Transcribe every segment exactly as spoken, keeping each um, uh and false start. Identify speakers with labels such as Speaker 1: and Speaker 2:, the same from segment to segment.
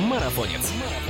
Speaker 1: Марафонец.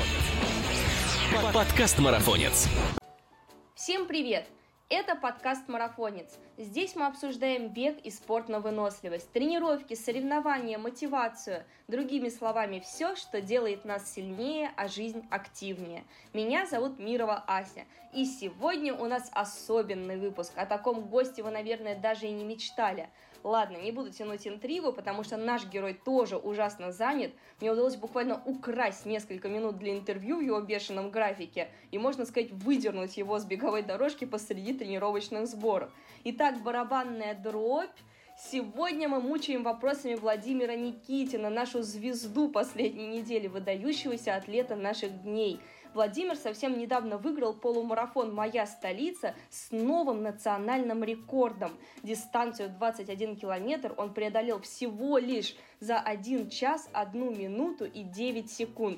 Speaker 1: Подкаст «Марафонец».
Speaker 2: Всем привет! Это подкаст «Марафонец». Здесь мы обсуждаем бег и спорт на выносливость, тренировки, соревнования, мотивацию. Другими словами, все, что делает нас сильнее, а жизнь активнее. Меня зовут Мирова Ася. И сегодня у нас особенный выпуск. О таком госте вы, наверное, даже и не мечтали. Ладно, не буду тянуть интригу, потому что наш герой тоже ужасно занят. Мне удалось буквально украсть несколько минут для интервью в его бешеном графике и, можно сказать, выдернуть его с беговой дорожки посреди тренировочных сборов. Итак, барабанная дробь. Сегодня мы мучаем вопросами Владимира Никитина, нашу звезду последней недели, выдающегося атлета наших дней. Владимир совсем недавно выиграл полумарафон «Моя столица» с новым национальным рекордом. Дистанцию двадцать один километр он преодолел всего лишь за один час, одну минуту и девять секунд.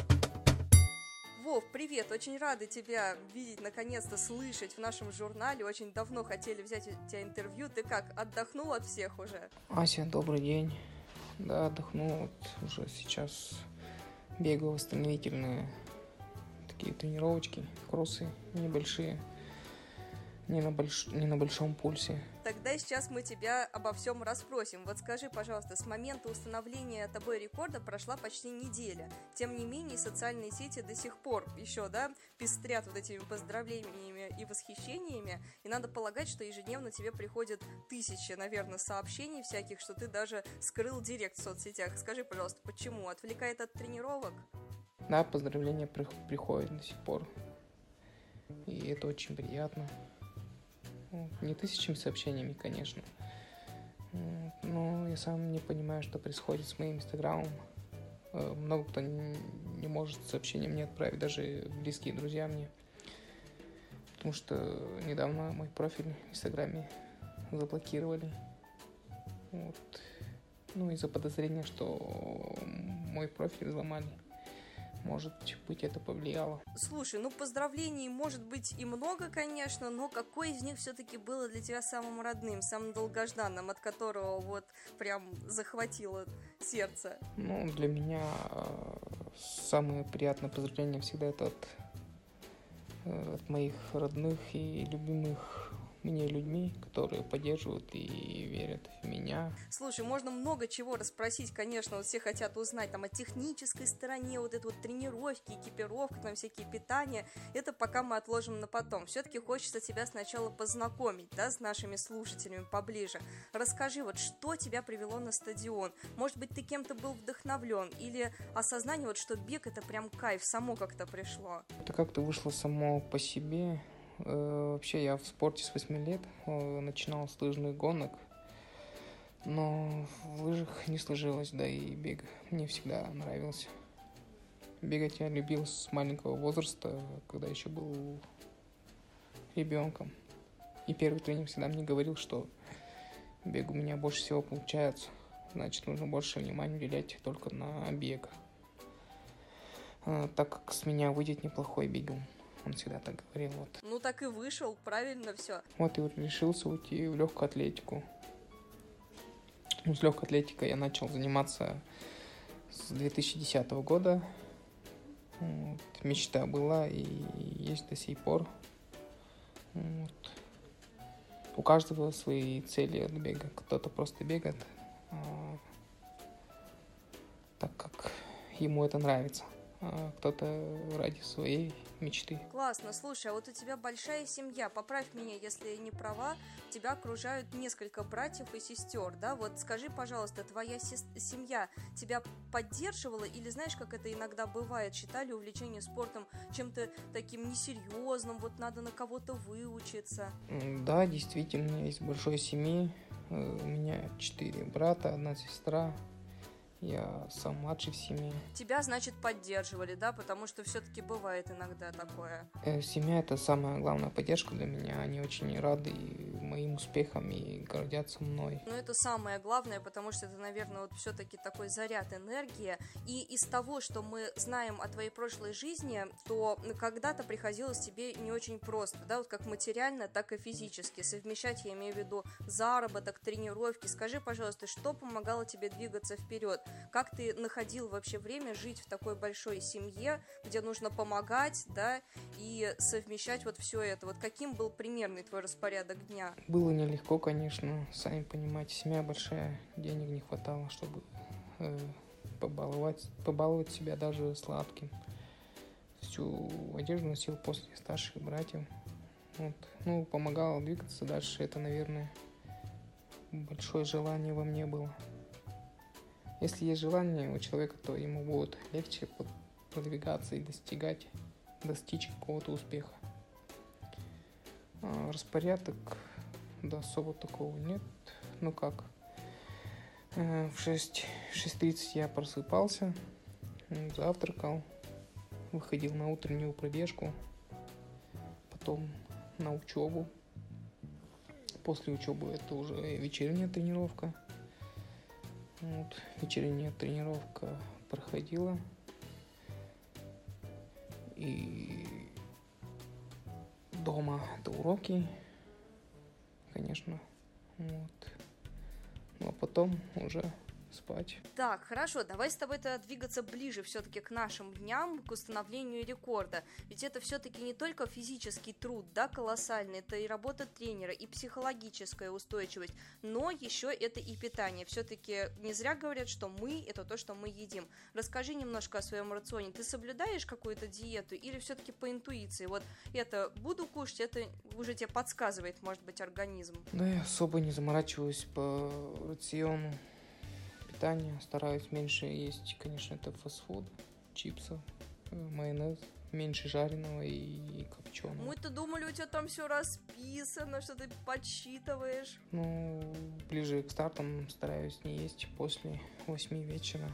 Speaker 2: Вов, привет! Очень рада тебя видеть, наконец-то слышать в нашем журнале. Очень давно хотели взять у тебя интервью. Ты как, отдохнул от всех уже?
Speaker 3: Ася, добрый день. Да, отдохнул. Вот уже сейчас бегаю восстановительные такие тренировочки, кроссы небольшие, не на, больш... не на большом пульсе.
Speaker 2: Тогда сейчас мы тебя обо всем расспросим. Вот скажи, пожалуйста, с момента установления тобой рекорда прошла почти неделя. Тем не менее, социальные сети до сих пор еще, да, пестрят вот этими поздравлениями и восхищениями. И надо полагать, что ежедневно тебе приходят тысячи, наверное, сообщений всяких, что ты даже скрыл директ в соцсетях. Скажи, пожалуйста, почему? Отвлекает от тренировок?
Speaker 3: Да, поздравления при... приходят до сих пор. И это очень приятно. Не тысячами сообщениями, конечно. Но я сам не понимаю, что происходит с моим инстаграмом. Много кто не может сообщения мне отправить, даже близкие друзья мне. Потому что недавно мой профиль в инстаграме заблокировали. Вот. Ну, из-за подозрения, что мой профиль взломали. Может быть, это повлияло.
Speaker 2: Слушай, ну поздравлений может быть и много, конечно, но какое из них все-таки было для тебя самым родным, самым долгожданным, от которого вот прям захватило сердце?
Speaker 3: Ну, для меня самое приятное поздравление всегда это от, от моих родных и любимых мне людьми, которые поддерживают и верят в меня.
Speaker 2: Слушай, можно много чего расспросить, конечно, вот все хотят узнать там о технической стороне, вот это вот тренировки, экипировка, там всякие питания, это пока мы отложим на потом. Все-таки хочется тебя сначала познакомить, да, с нашими слушателями поближе. Расскажи, вот что тебя привело на стадион? Может быть, ты кем-то был вдохновлен или осознание, вот что бег это прям кайф, само как-то пришло?
Speaker 3: Это как-то вышло само по себе. Вообще я в спорте с восьми лет, начинал с лыжных гонок, но в лыжах не сложилось, да и бег мне всегда нравился. Бегать я любил с маленького возраста, когда еще был ребенком. И первый тренер всегда мне говорил, что бег у меня больше всего получается, значит нужно больше внимания уделять только на бег, так как с меня выйдет неплохой бегун. Он всегда так говорил. Вот.
Speaker 2: Ну так и вышел, правильно все.
Speaker 3: Вот и вот решился уйти в легкую атлетику. Ну, с легкой атлетикой я начал заниматься с две тысячи десятого года. Вот. Мечта была и есть до сих пор. Вот. У каждого свои цели от бега. Кто-то просто бегает, а, так как ему это нравится. А кто-то ради своей мечты.
Speaker 2: Классно, слушай, а вот у тебя большая семья, поправь меня, если я не права, тебя окружают несколько братьев и сестер, да, вот скажи, пожалуйста, твоя се- семья тебя поддерживала или, знаешь, как это иногда бывает, считали увлечение спортом чем-то таким несерьезным, вот надо на кого-то выучиться?
Speaker 3: Да, действительно, у меня есть большая семья, у меня четыре брата, одна сестра. Я сам младший в семье.
Speaker 2: Тебя, значит, поддерживали, да? Потому что все-таки бывает иногда такое.
Speaker 3: Э, семья – это самая главная поддержка для меня. Они очень рады моим успехам и гордятся мной.
Speaker 2: Ну, это самое главное, потому что это, наверное, вот все-таки такой заряд энергии. И из того, что мы знаем о твоей прошлой жизни, то когда-то приходилось тебе не очень просто, да? Вот как материально, так и физически. Совмещать, я имею в виду, заработок, тренировки. Скажи, пожалуйста, что помогало тебе двигаться вперед? Как ты находил вообще время жить в такой большой семье, где нужно помогать, да, и совмещать вот все это? Вот каким был примерный твой распорядок дня?
Speaker 3: Было нелегко, конечно, сами понимаете, семья большая, денег не хватало, чтобы э, побаловать, побаловать себя даже сладким. Всю одежду носил после старших братьев. Вот. Ну, помогал двигаться дальше. Это, наверное, большое желание во мне было. Если есть желание у человека, то ему будет легче продвигаться и достигать, достичь какого-то успеха. А распорядок, да, особо такого нет. Ну как, в шесть тридцать я просыпался, завтракал, выходил на утреннюю пробежку, потом на учебу. После учебы это уже вечерняя тренировка. Вот, вечерняя тренировка проходила. И дома это уроки, конечно. Вот. Ну а потом уже спать.
Speaker 2: Так, хорошо, давай с тобой-то двигаться ближе все-таки к нашим дням, к установлению рекорда. Ведь это все-таки не только физический труд, да, колоссальный, это и работа тренера, и психологическая устойчивость, но еще это и питание. Все-таки не зря говорят, что мы – это то, что мы едим. Расскажи немножко о своем рационе. Ты соблюдаешь какую-то диету или все-таки по интуиции? Вот это буду кушать, это уже тебе подсказывает, может быть, организм.
Speaker 3: Да, я особо не заморачиваюсь по рациону. Питание стараюсь меньше есть, конечно, это фастфуд, чипсы, майонез, меньше жареного и копченого.
Speaker 2: Мы-то думали, у тебя там все расписано, что ты подсчитываешь.
Speaker 3: Ну, ближе к стартам стараюсь не есть после восьми вечера,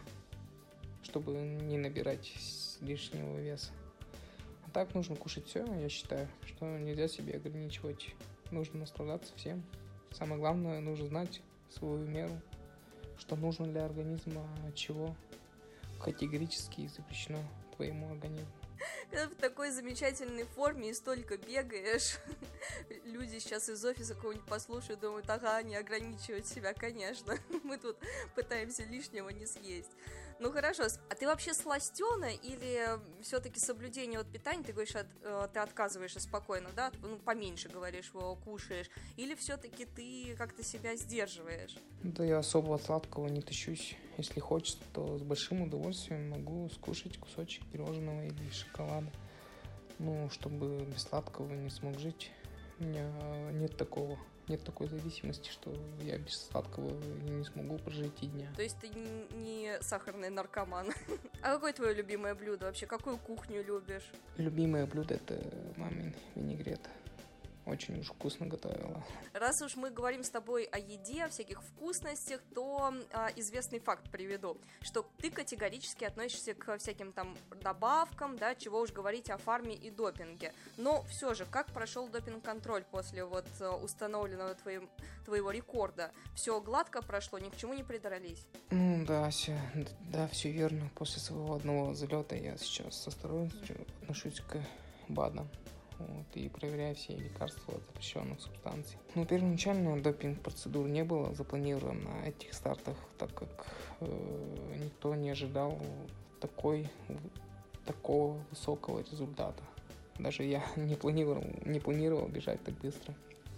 Speaker 3: чтобы не набирать лишнего веса. А так нужно кушать все, я считаю, что нельзя себе ограничивать, нужно наслаждаться всем. Самое главное, нужно знать свою меру, что нужно для организма, от чего категорически запрещено твоему организму.
Speaker 2: Когда в такой замечательной форме и столько бегаешь, люди сейчас из офиса кого-нибудь послушают, думают, ага, не ограничивать себя, конечно. Мы тут пытаемся лишнего не съесть. Ну хорошо, а ты вообще сластена или все-таки соблюдение от питания, ты говоришь, от, ты отказываешься спокойно, да, ну поменьше говоришь, его кушаешь, или все-таки ты как-то себя сдерживаешь?
Speaker 3: Да я особо от сладкого не тащусь. Если хочется, то с большим удовольствием могу скушать кусочек пирожного или шоколада. Ну, чтобы без сладкого не смог жить, у меня нет такого. Нет такой зависимости, что я без сладкого не смогу прожить и дня.
Speaker 2: То есть ты не сахарный наркоман. А какое твое любимое блюдо вообще? Какую кухню любишь?
Speaker 3: Любимое блюдо – это мамин винегрет. Очень уж вкусно готовила.
Speaker 2: Раз уж мы говорим с тобой о еде, о всяких вкусностях, то а, известный факт приведу, что ты категорически относишься к всяким там добавкам, да, чего уж говорить о фарме и допинге. Но все же, как прошел допинг-контроль после вот установленного твоим, твоего рекорда? Все гладко прошло, ни к чему не придрались?
Speaker 3: Ну да, все, да, все верно. После своего одного залета я сейчас с осторожностью отношусь к БАДам. Вот, и проверяю все лекарства от запрещенных субстанций. Ну, первоначально допинг-процедур не было запланировано на этих стартах, так как э, никто не ожидал такой, такого высокого результата. Даже я не планировал, не планировал бежать так быстро.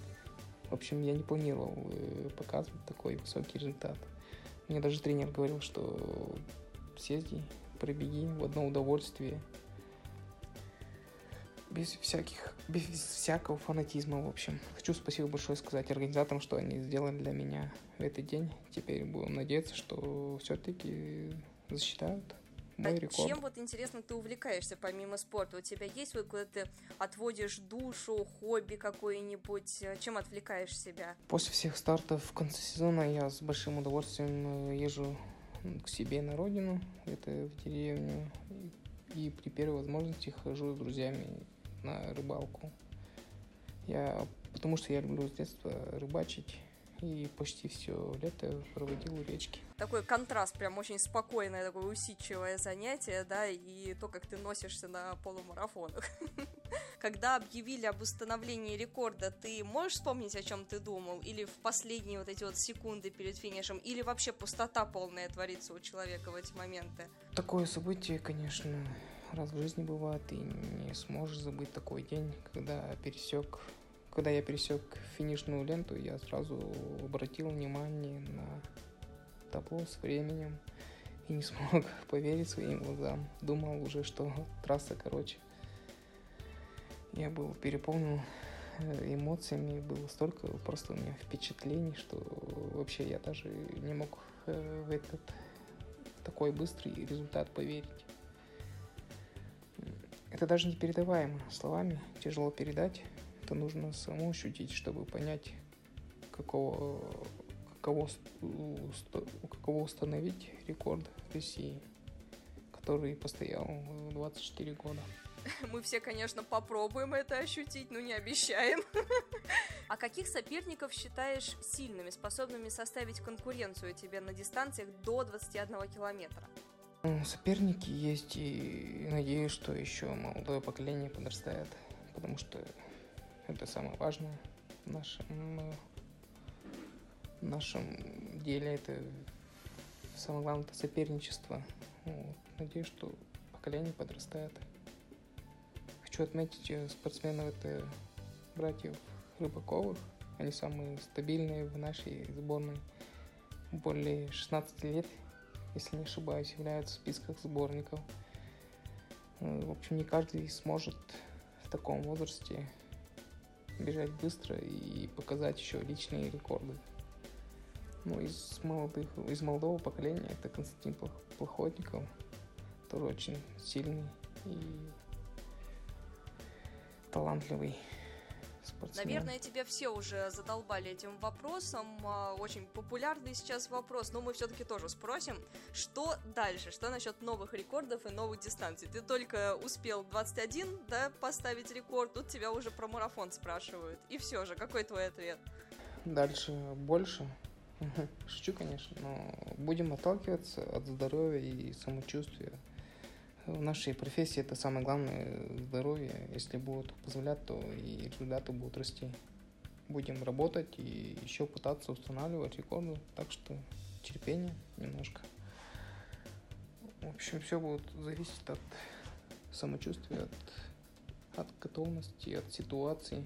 Speaker 3: В общем, я не планировал э, показывать такой высокий результат. Мне даже тренер говорил, что съезди, пробеги в одно удовольствие. Без всяких, без всякого фанатизма, в общем. Хочу спасибо большое сказать организаторам, что они сделали для меня в этот день. Теперь будем надеяться, что все-таки засчитают мой
Speaker 2: а
Speaker 3: рекорд.
Speaker 2: Чем вот интересно ты увлекаешься помимо спорта? У тебя есть вот куда ты отводишь душу, хобби какое-нибудь? Чем отвлекаешь себя?
Speaker 3: После всех стартов в конце сезона я с большим удовольствием езжу к себе на родину, это в деревню. И при первой возможности хожу с друзьями на рыбалку. Я, потому что я люблю с детства рыбачить и почти все лето проводил у речки.
Speaker 2: Такой контраст, прям очень спокойное, такое усидчивое занятие, да, и то, как ты носишься на полумарафонах. Когда объявили об установлении рекорда, ты можешь вспомнить, о чем ты думал? Или в последние вот эти вот секунды перед финишем? Или вообще пустота полная творится у человека в эти моменты?
Speaker 3: Такое событие, конечно, раз в жизни бывает, и не сможешь забыть такой день, когда пересек, когда я пересек финишную ленту, я сразу обратил внимание на табло с временем и не смог поверить своим глазам. Думал уже, что трасса короче. Я был переполнен эмоциями, было столько просто у меня впечатлений, что вообще я даже не мог в этот такой быстрый результат поверить. Это даже не передаваемо словами, тяжело передать. Это нужно самому ощутить, чтобы понять, какого, каково, каково установить рекорд России, который постоял двадцать четыре года.
Speaker 2: Мы все, конечно, попробуем это ощутить, но не обещаем. А каких соперников считаешь сильными, способными составить конкуренцию тебе на дистанциях до двадцати одного километра?
Speaker 3: Соперники есть, и надеюсь, что еще молодое поколение подрастает, потому что это самое важное в нашем, в нашем деле. Это самое главное, это соперничество. Вот. Надеюсь, что поколение подрастает. Хочу отметить спортсменов, это братьев Рыбаковых. Они самые стабильные в нашей сборной. Более шестнадцати лет, если не ошибаюсь, являются в списках сборников. В общем, не каждый сможет в таком возрасте бежать быстро и показать еще личные рекорды. Ну, из молодых, из молодого поколения это Константин Плохотников, тоже очень сильный и талантливый спортсмен.
Speaker 2: Наверное, тебя все уже задолбали этим вопросом. Очень популярный сейчас вопрос, но мы все-таки тоже спросим, что дальше, что насчет новых рекордов и новых дистанций? Ты только успел двадцать один, да, поставить рекорд, тут тебя уже про марафон спрашивают. И все же, какой твой ответ?
Speaker 3: Дальше больше. Шучу, конечно, но будем отталкиваться от здоровья и самочувствия. В нашей профессии это самое главное — здоровье. Если будут позволять, то и результаты будут расти. Будем работать и еще пытаться устанавливать рекорды. Так что терпение немножко. В общем, все будет зависеть от самочувствия, от, от готовности, от ситуации.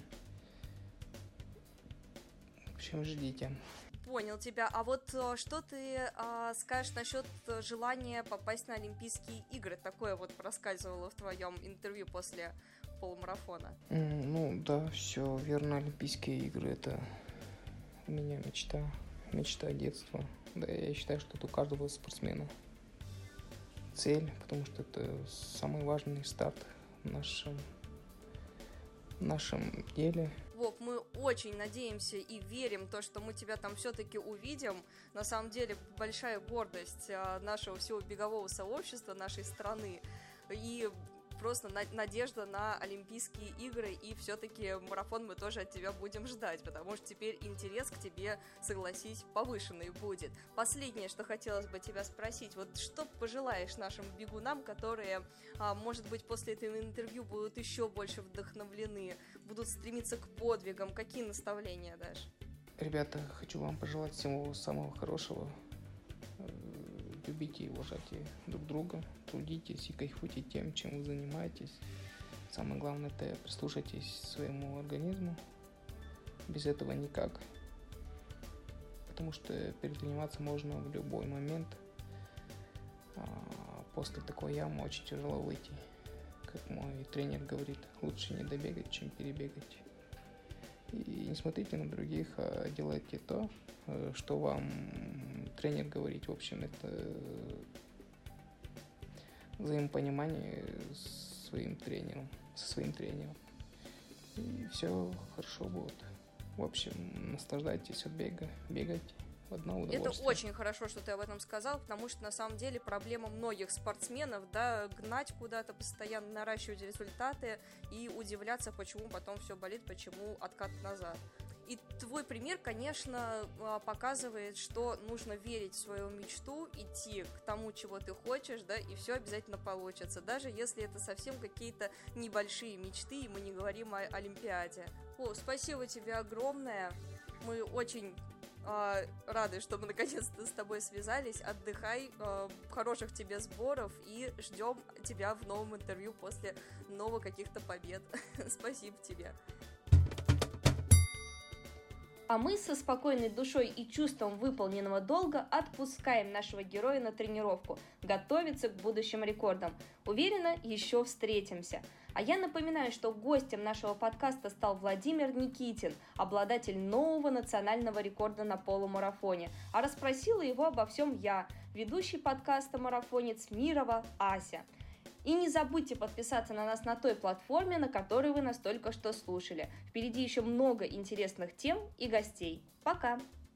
Speaker 3: В общем, ждите.
Speaker 2: Понял тебя. А вот что ты а, скажешь насчет желания попасть на Олимпийские игры? Такое вот проскальзывало в твоем интервью после полумарафона.
Speaker 3: Mm, ну да, все верно. Олимпийские игры — это у меня мечта, мечта детства. Да, я считаю, что это у каждого спортсмена цель, потому что это самый важный старт в нашем, в нашем деле.
Speaker 2: Вов, мы очень надеемся и верим в то, что мы тебя там все-таки увидим. На самом деле большая гордость нашего всего бегового сообщества, нашей страны. И просто надежда на Олимпийские игры, и все-таки марафон мы тоже от тебя будем ждать, потому что теперь интерес к тебе, согласись, повышенный будет. Последнее, что хотелось бы тебя спросить, вот что пожелаешь нашим бегунам, которые, может быть, после этого интервью будут еще больше вдохновлены, будут стремиться к подвигам, какие наставления дашь?
Speaker 3: Ребята, хочу вам пожелать всего самого хорошего. Любите и уважайте друг друга, трудитесь и кайфуйте тем, чем вы занимаетесь. Самое главное — это прислушайтесь к своему организму. Без этого никак. Потому что перетренироваться можно в любой момент. А после такой ямы очень тяжело выйти. Как мой тренер говорит, лучше не добегать, чем перебегать. И не смотрите на других, а делайте то, что вам тренер говорит. В общем, это взаимопонимание с своим тренером, со своим тренером. И все хорошо будет. В общем, наслаждайтесь от бега, бегайте. Одно удовольствие.
Speaker 2: Это очень хорошо, что ты об этом сказал, потому что на самом деле проблема многих спортсменов, да, гнать куда-то постоянно, наращивать результаты и удивляться, почему потом все болит, почему откат назад. И твой пример, конечно, показывает, что нужно верить в свою мечту, идти к тому, чего ты хочешь, да, и все обязательно получится, даже если это совсем какие-то небольшие мечты, и мы не говорим о Олимпиаде. О, спасибо тебе огромное, мы очень э, рады, что мы наконец-то с тобой связались, отдыхай, э, хороших тебе сборов, и ждем тебя в новом интервью после новых каких-то побед. Спасибо тебе. А мы со спокойной душой и чувством выполненного долга отпускаем нашего героя на тренировку, готовиться к будущим рекордам. Уверена, еще встретимся. А я напоминаю, что гостем нашего подкаста стал Владимир Никитин, обладатель нового национального рекорда на полумарафоне. А расспросила его обо всем я, ведущий подкаста «Марафонец» Мирова Ася. И не забудьте подписаться на нас на той платформе, на которой вы нас только что слушали. Впереди еще много интересных тем и гостей. Пока!